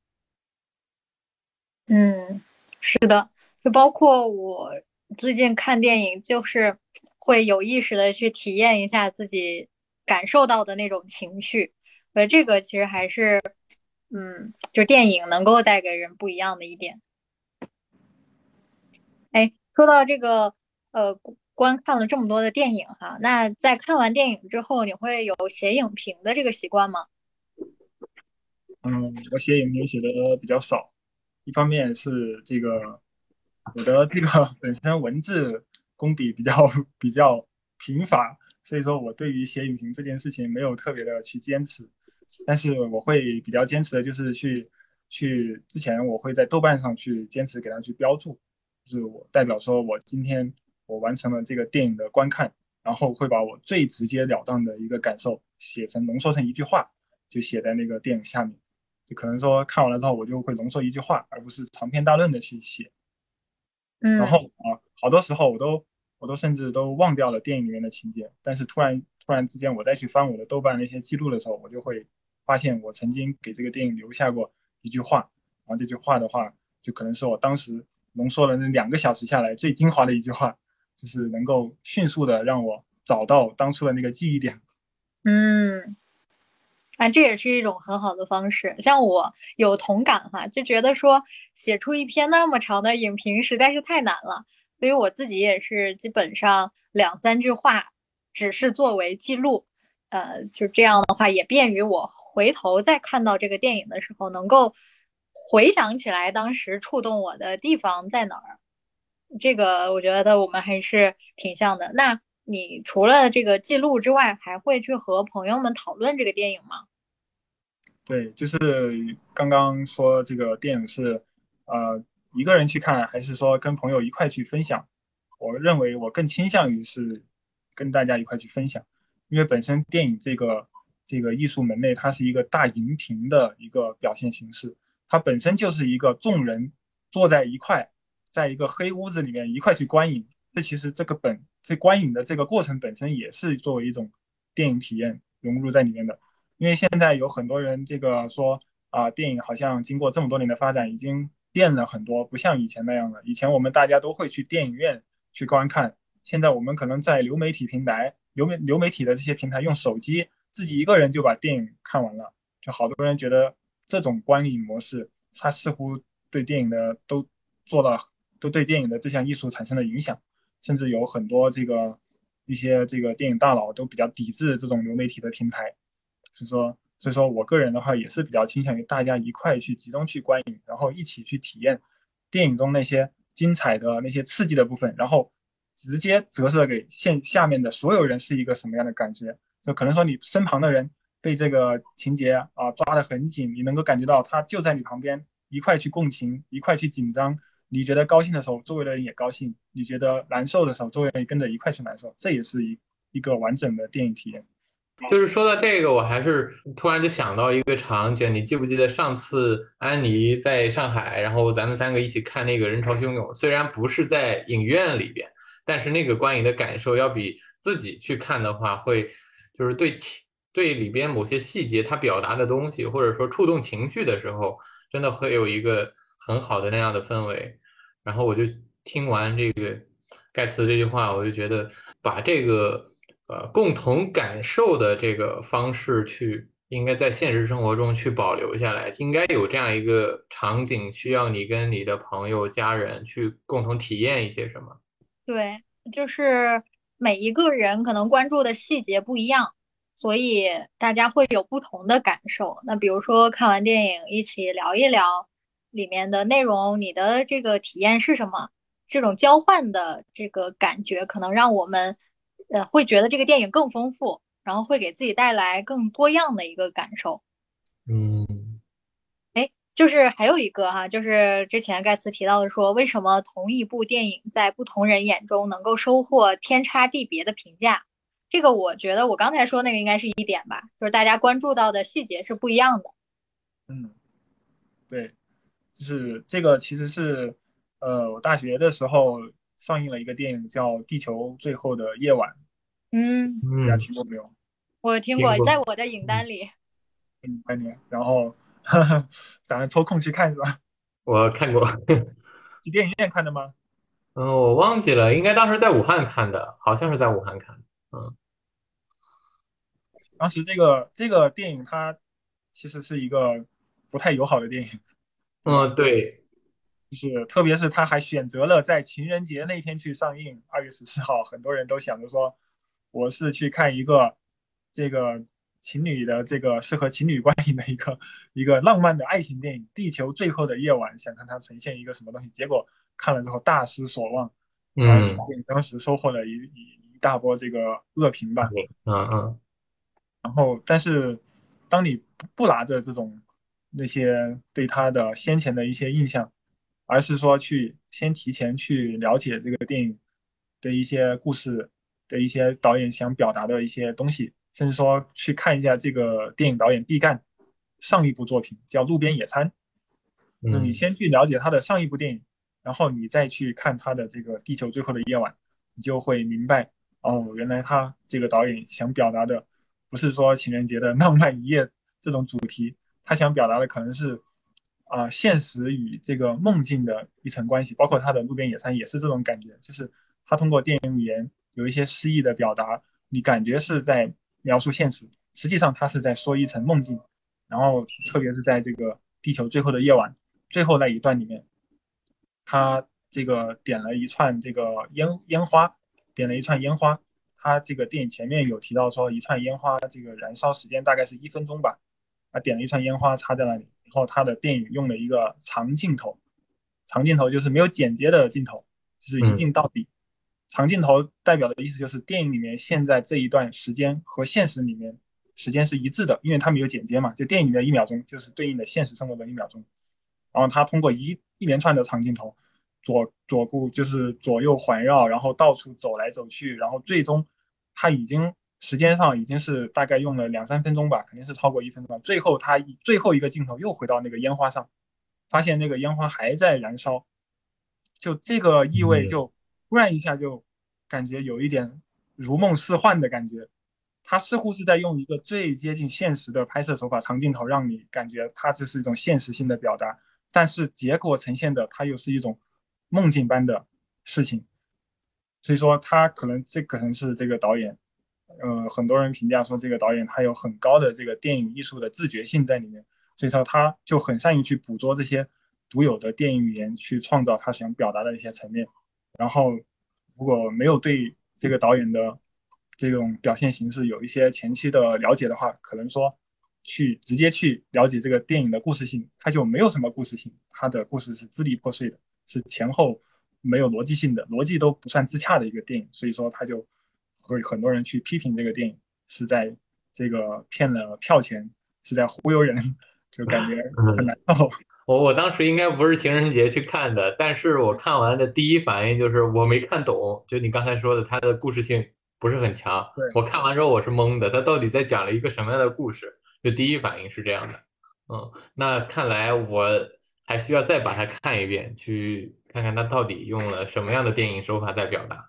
嗯，是的，就包括我最近看电影，就是会有意识的去体验一下自己感受到的那种情绪。这个其实还是，就电影能够带给人不一样的一点。哎，说到这个，观看了这么多的电影哈，那在看完电影之后，你会有写影评的这个习惯吗？ 我写影评写的比较少，一方面是这个我的这个本身文字功底比较贫乏，所以说我对于写影评这件事情没有特别的去坚持，但是我会比较坚持的就是去之前我会在豆瓣上去坚持给它去标注，就是我代表说我今天我完成了这个电影的观看，然后会把我最直截了当的一个感受浓缩成一句话，就写在那个电影下面。就可能说看完了之后，我就会浓缩一句话，而不是长篇大论的去写。然后嗯。 好多时候我都甚至都忘掉了电影里面的情节，但是突然之间，我再去翻我的豆瓣那些记录的时候，我就会发现我曾经给这个电影留下过一句话，然后这句话的话，就可能是我当时浓缩了那2个小时下来最精华的一句话，就是能够迅速的让我找到当初的那个记忆点。 嗯。啊，这也是一种很好的方式。像我有同感哈，就觉得说写出一篇那么长的影评实在是太难了，所以我自己也是基本上两三句话，只是作为记录。就这样的话也便于我回头再看到这个电影的时候，能够回想起来当时触动我的地方在哪儿。这个我觉得我们还是挺像的。那你除了这个记录之外，还会去和朋友们讨论这个电影吗？ 对，就是刚刚说这个电影是，呃，一个人去看，还是说跟朋友一块去分享？我认为我更倾向于是跟大家一块去分享，因为本身电影这个艺术门类，它是一个大荧屏的一个表现形式，它本身就是一个众人坐在一块，在一个黑屋子里面一块去观影，这其实这观影的这个过程本身也是作为一种电影体验融入在里面的。因为现在有很多人这个说电影好像经过这么多年的发展，已经变了很多，不像以前那样了。以前我们大家都会去电影院去观看，现在我们可能在流媒体平台、流媒体的这些平台，用手机自己一个人就把电影看完了。就好多人觉得这种观影模式，它似乎对电影的都做了都对电影的这项艺术产生了影响，甚至有很多一些电影大佬都比较抵制这种流媒体的平台。所以说我个人的话也是比较倾向于大家一块去集中去观影，然后一起去体验电影中那些精彩的那些刺激的部分，然后直接折射给下面的所有人是一个什么样的感觉。就可能说你身旁的人被这个情节抓得很紧，你能够感觉到他就在你旁边，一块去共情，一块去紧张。你觉得高兴的时候，周围的人也高兴；你觉得难受的时候，周围人也跟着一块去难受。这也是一个完整的电影体验。 就是说到这个，我还是突然就想到一个场景，你记不记得上次安妮在上海，然后咱们三个一起看那个人潮汹涌，虽然不是在影院里边，但是那个观影的感受要比自己去看的话，会就是对里边某些细节它表达的东西，或者说触动情绪的时候，真的会有一个很好的那样的氛围。然后我就听完这个盖茨这句话，我就觉得把这个共同感受的这个方式去，应该在现实生活中去保留下来，应该有这样一个场景，需要你跟你的朋友、家人去共同体验一些什么。 对，就是每一个人可能关注的细节不一样，所以大家会有不同的感受。那比如说看完电影一起聊一聊里面的内容，你的这个体验是什么？这种交换的这个感觉，可能让我们会觉得这个电影更丰富，然后会给自己带来更多样的一个感受。 嗯就是还有一个哈，就是之前盖茨提到的说，为什么同一部电影在不同人眼中能够收获天差地别的评价？这个我觉得我刚才说那个应该是一点吧，就是大家关注到的细节是不一样的。 嗯，对，就是这个其实是我大学的时候上映了一个电影叫《地球最后的夜晚》， 嗯， 大家嗯， 听过没有？ 我听过， 听过。 在我的影嗯， 单里。 概念，然后打算抽空去看是吧？ 我看过。 去电影院看的吗？ 嗯，我忘记了，应该当时在武汉看的，好像是在武汉看的。嗯当时这个电影它其实是一个不太友好的电影，对吧？ 嗯，对。 就是特别是他还选择了在情人节那天去上映，2月14号，很多人都想着说，我是去看一个这个情侣的适合情侣观影的一个浪漫的爱情电影《地球最后的夜晚》，想看它呈现一个什么东西，结果看了之后大失所望，然后这个嗯， 电影当时收获了一大波恶评吧。 对。嗯然后，但是当你不拿着这种那些对他的先前的一些印象，而是说去先提前去了解这个电影的一些故事的一些导演想表达的一些东西，甚至说去看一下这个电影导演毕赣上一部作品叫《路边野餐》，就是你嗯先去了解他的上一部电影，然后你再去看他的这个《地球最后的夜晚》，你就会明白哦，原来他这个导演想表达的不是说情人节的浪漫一夜这种主题，他想表达的可能是现实与这个梦境的一层关系，包括他的路边野餐也是这种感觉，就是他通过电影语言有一些诗意的表达，你感觉是在描述现实，实际上他是在说一层梦境。然后特别是在这个地球最后的夜晚最后那一段里面，他这个点了一串这个烟花，点了一串烟花。他这个电影前面有提到说，一串烟花这个燃烧时间大概是1分钟吧。他点了一串烟花插在那里，然后他的电影用了一个长镜头，长镜头就是没有剪接的镜头，就是一嗯镜到底。长镜头代表的意思就是电影里面现在这一段时间和现实里面时间是一致的，因为它没有剪接嘛，就电影里的1秒钟就是对应的现实生活的1秒钟。然后他通过一连串的长镜头，顾就是左右环绕，然后到处走来走去，然后最终他已经时间上已经是大概用了2、3分钟吧，肯定是超过1分钟。最后最后一个镜头又回到那个烟花上，发现那个烟花还在燃烧，就这个意味嗯就突然一下就感觉有一点如梦似幻的感觉。他似乎是在用一个最接近现实的拍摄手法，长镜头，让你感觉它这是一种现实性的表达，但是结果呈现的它又是一种梦境般的事情。所以说，他可能是这个导演，很多人评价说这个导演他有很高的这个电影艺术的自觉性在里面，所以说他就很善于去捕捉这些独有的电影语言去创造他想表达的一些层面。然后如果没有对这个导演的这种表现形式有一些前期的了解的话，可能说直接去了解这个电影的故事性，它就没有什么故事性，它的故事是支离破碎的，是前后没有逻辑性的，逻辑都不算自洽的一个电影，所以说他就会很多人去批评这个电影是在这个骗了票钱，是在忽悠人，就感觉很难嗯， 受。 我当时应该不是情人节去看的，但是我看完的第一反应就是我没看懂，就你刚才说的，它的故事性不是很强。 对。 我看完之后我是懵的，它到底在讲了一个什么样的故事？就第一反应是这样的。那看来我还需要再把它看一遍，去看看它到底用了什么样的电影手法在表达。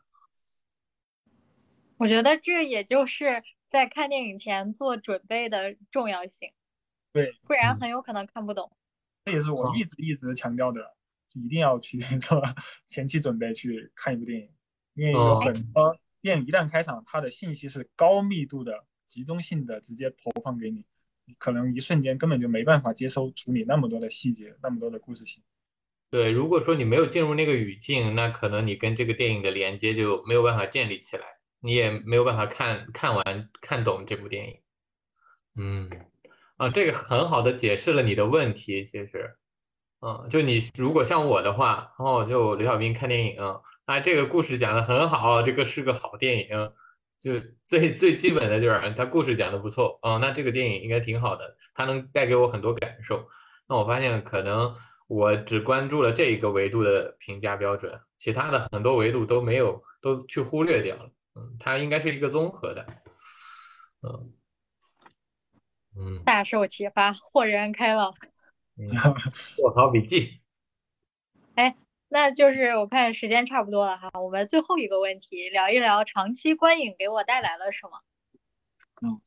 我觉得这也就是在看电影前做准备的重要性， 对， 不然嗯， 很有可能看不懂。 这也是我哦， 一直强调的，一定要去做前期准备去看一部电影，因为有哦， 哎， 很多电影一旦开场，它的信息是高密度的、集中性的直接投放给你，你可能一瞬间根本就没办法接收处理那么多的细节、那么多的故事性。 对，如果说你没有进入那个语境，那可能你跟这个电影的连接就没有办法建立起来，你也没有办法看完看懂这部电影。嗯，这个很好的解释了你的问题。其实，就你如果像我的话，就刘小斌看电影，这个故事讲的很好，这个是个好电影，就最基本的就是他故事讲的不错，那这个电影应该挺好的，它能带给我很多感受。那我发现可能我只关注了这一个维度的评价标准，其他的很多维度都没有，都去忽略掉了。它应该是一个综合的。嗯嗯大受启发，豁然开朗。 嗯，做好笔记。 哎，那就是我看时间差不多了哈，我们最后一个问题，聊一聊长期观影给我带来了什么。 嗯，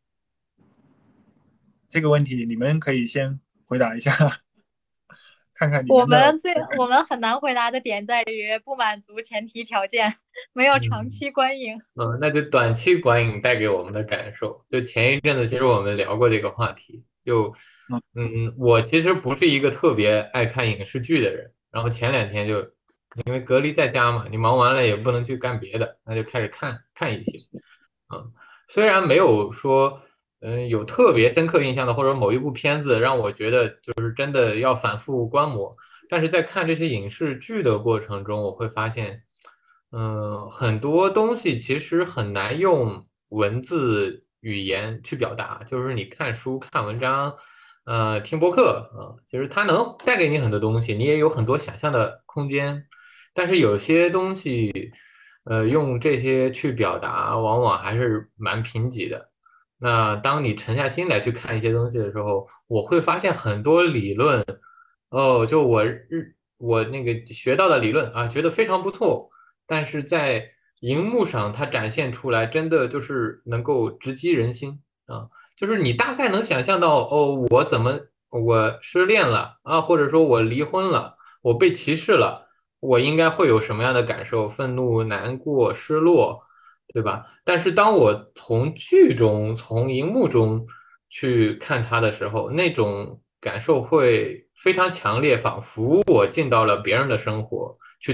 这个问题你们可以先回答一下，看看你们的。 我们很难回答的点在于不满足前提条件，没有长嗯。 期观影。 那就短期观影带给我们的感受，就前一阵子其实我们聊过这个话题， 嗯我其实不是一个特别爱看影视剧的人，然后前2天就因为隔离在家嘛，你忙完了也不能去干别的，那就开始看看一些。嗯，虽然没有说有特别深刻印象的，或者某一部片子让我觉得就是真的要反复观摩，但是在看这些影视剧的过程中，我会发现。很多东西其实很难用文字语言去表达，就是你看书、看文章，听播客其实它能带给你很多东西，你也有很多想象的空间。但是有些东西，用这些去表达，往往还是蛮贫瘠的。那当你沉下心来去看一些东西的时候，我会发现很多理论，就我那个学到的理论觉得非常不错。但是在荧幕上它展现出来，真的就是能够直击人心就是你大概能想象到，我失恋了或者说我离婚了，我被歧视了，我应该会有什么样的感受？愤怒、难过、失落，对吧？但是当我从剧中、从荧幕中去看它的时候，那种感受会非常强烈，仿佛我进到了别人的生活。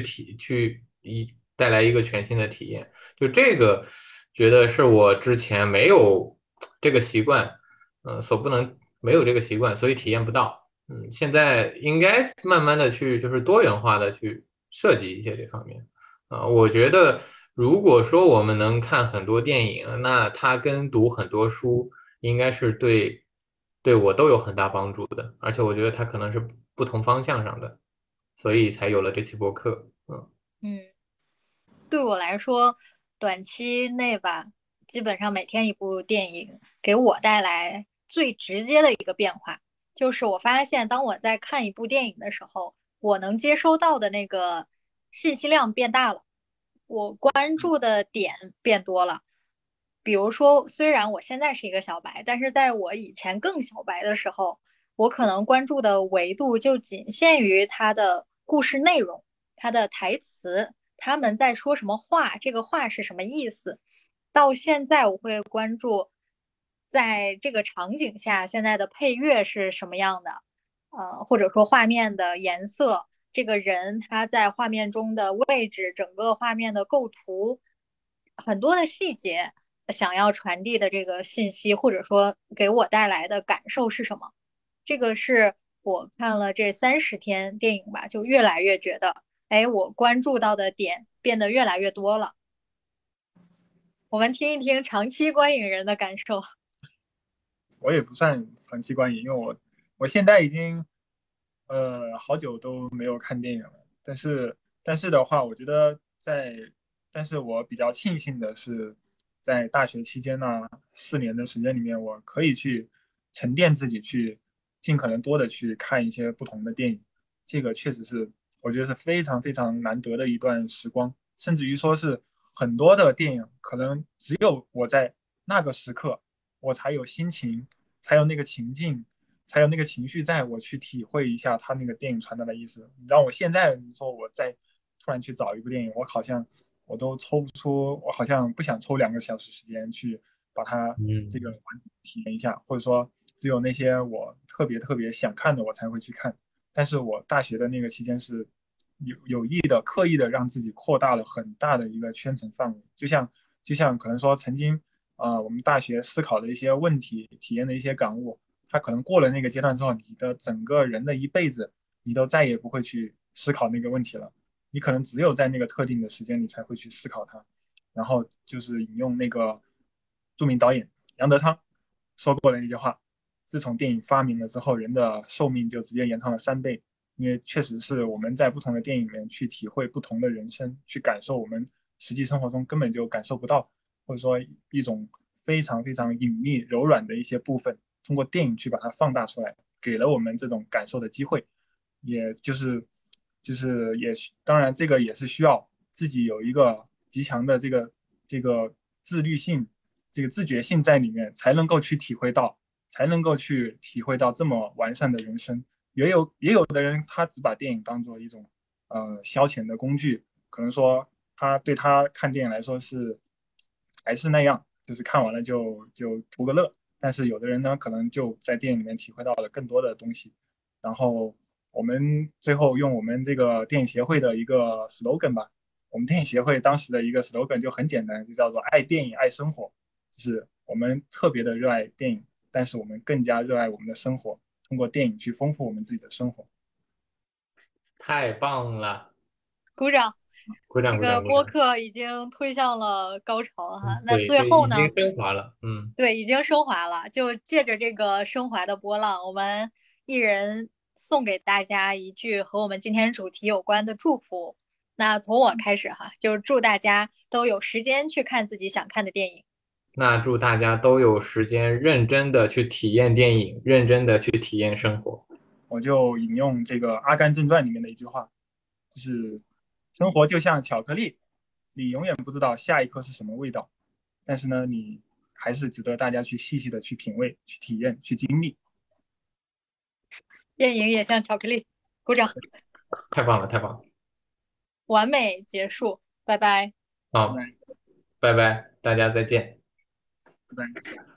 带来一个全新的体验。就这个，觉得是我之前没有这个习惯，所不能没有这个习惯，所以体验不到。现在应该慢慢的去就是多元化的去设计一些这方面。我觉得如果说我们能看很多电影，那它跟读很多书应该是对我都有很大帮助的，而且我觉得它可能是不同方向上的，所以才有了这期播客。 嗯。对我来说，短期内吧，基本上每天一部电影，给我带来最直接的一个变化，就是我发现，当我在看一部电影的时候，我能接收到的那个信息量变大了，我关注的点变多了。比如说，虽然我现在是一个小白，但是在我以前更小白的时候，我可能关注的维度就仅限于它的故事内容、它的台词。他们在说什么话，这个话是什么意思。到现在我会关注，在这个场景下现在的配乐是什么样的， 或者说画面的颜色，这个人他在画面中的位置，整个画面的构图，很多的细节，想要传递的这个信息，或者说给我带来的感受是什么？这个是我看了这30天电影吧，就越来越觉得，哎，我关注到的点变得越来越多了。我们听一听长期观影人的感受。 我也不算长期观影，因为我现在已经好久都没有看电影了。但是的话，我觉得但是我比较庆幸的是，在大学期间呢，4年的时间里面，我可以去沉淀自己，去尽可能多的去看一些不同的电影。这个确实是我觉得是非常非常难得的一段时光，甚至于说是很多的电影可能只有我在那个时刻，我才有心情，才有那个情境，才有那个情绪，在我去体会一下他那个电影传达的意思。你让我现在说我再突然去找一部电影，我都抽不出，我好像不想抽2个小时时间去把它这个嗯。 完整体验一下，或者说只有那些我特别特别想看的我才会去看。但是我大学的那个期间是有意的、刻意的让自己扩大了很大的一个圈层范围，就像可能说曾经我们大学思考的一些问题、体验的一些感悟，它可能过了那个阶段之后，你的整个人的一辈子，你都再也不会去思考那个问题了。你可能只有在那个特定的时间里才会去思考它。然后就是引用那个著名导演杨德昌说过的那句话：自从电影发明了之后，人的寿命就直接延长了3倍。因为确实是我们在不同的电影里面去体会不同的人生，去感受我们实际生活中根本就感受不到，或者说一种非常非常隐秘、柔软的一些部分，通过电影去把它放大出来，给了我们这种感受的机会。也也当然这个也是需要自己有一个极强的这个自律性、这个自觉性在里面，才能够去体会到，才能够去体会到这么完善的人生。也有的人他只把电影当做一种消遣的工具，可能说对他看电影来说还是那样，就是看完了就图个乐。但是有的人呢，可能就在电影里面体会到了更多的东西。然后我们最后用我们这个电影协会的一个 slogan 吧，我们电影协会当时的一个 slogan 就很简单，就叫做爱电影爱生活，就是我们特别的热爱电影，但是我们更加热爱我们的生活，通过电影去丰富我们自己的生活。 太棒了！ 鼓掌。 鼓掌， 这个鼓掌，鼓掌。 播客已经推向了高潮了哈。那对， 最这已经后呢？ 升华了。嗯。 对，已经升华了。就借着这个升华的波浪，我们一人送给大家一句和我们今天主题有关的祝福。那从我开始哈，就祝大家都有时间去看自己想看的电影。 那祝大家都有时间认真的去体验电影，认真的去体验生活。 我就引用这个《阿甘正传》里面的一句话，就是生活就像巧克力，你永远不知道下一颗是什么味道，但是呢，你还是值得大家去细细的去品味、去体验、去经历。 电影也像巧克力，鼓掌。 太棒了，太棒了。 完美结束，拜拜。 好， 拜拜， 拜拜，大家再见。 拜拜。